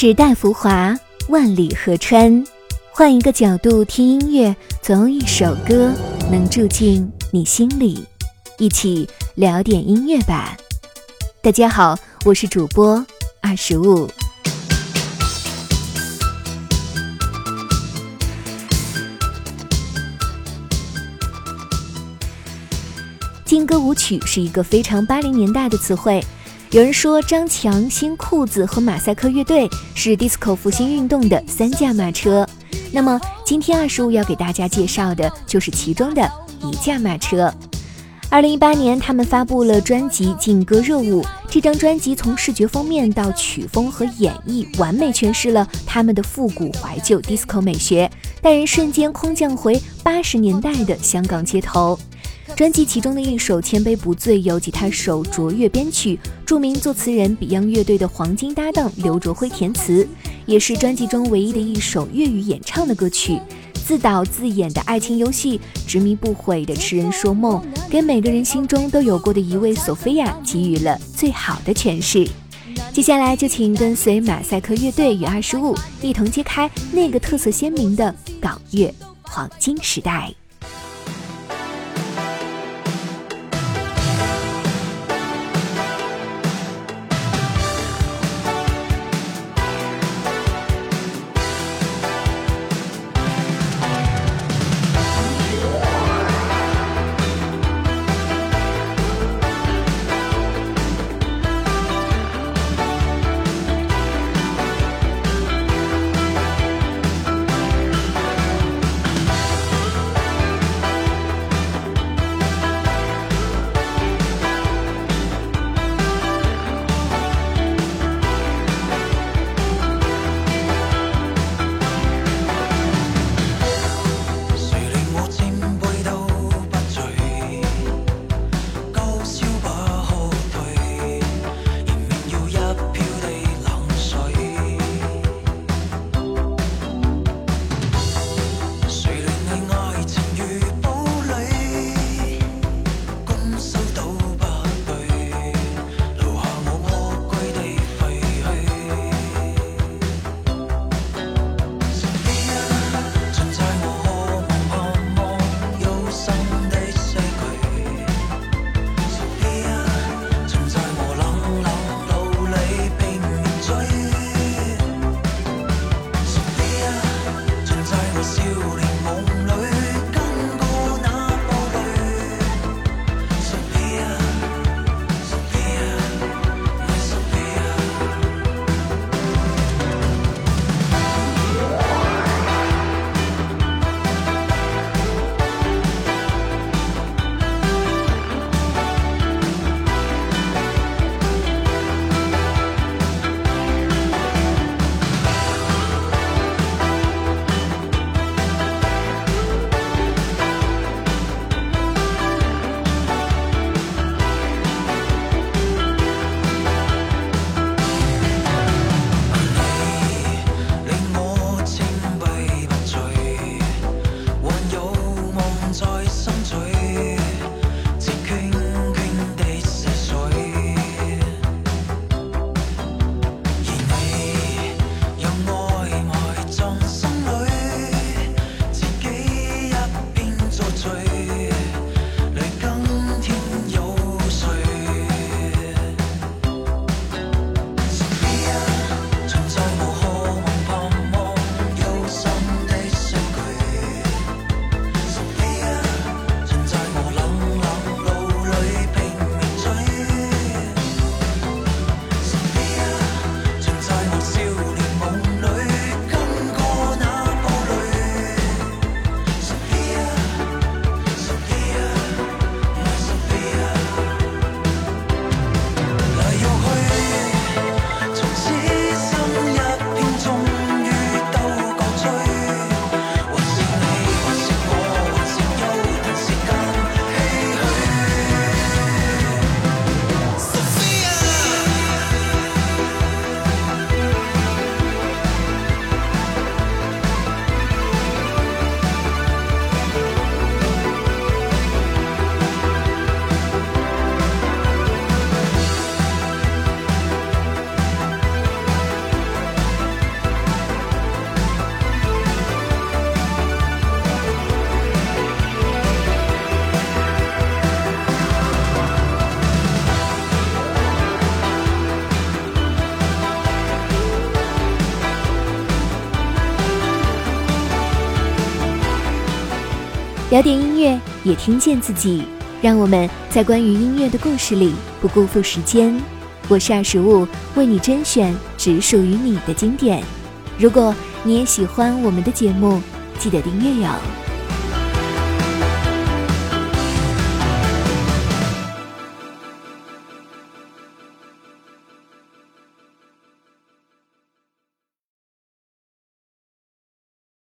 时代浮华，万里河川，换一个角度听音乐，总有一首歌能住进你心里。一起聊点音乐吧。大家好，我是主播25。劲歌舞曲是一个非常80年代的词汇。有人说张强、新裤子和马赛克乐队是 disco 复兴运动的3驾马车，那么今天25要给大家介绍的就是其中的1驾马车。2018年他们发布了专辑《劲歌热舞》，这张专辑从视觉封面到曲风和演绎完美诠释了他们的复古怀旧 disco 美学，带人瞬间空降回80年代的香港街头。专辑其中的一首《千杯不醉》由吉他手卓越编曲，著名作词人 Beyond 乐队的黄金搭档刘卓辉填词，也是专辑中唯一的一首粤语演唱的歌曲。自导自演的爱情游戏，执迷不悔的痴人说梦，给每个人心中都有过的一位索菲亚给予了最好的诠释。接下来就请跟随马赛克乐队与25一同揭开那个特色鲜明的港乐黄金时代。 聊点音乐，也听见自己。让我们在关于音乐的故事里不辜负时间。我是25，为你甄选只属于你的经典。如果你也喜欢我们的节目，记得订阅哟。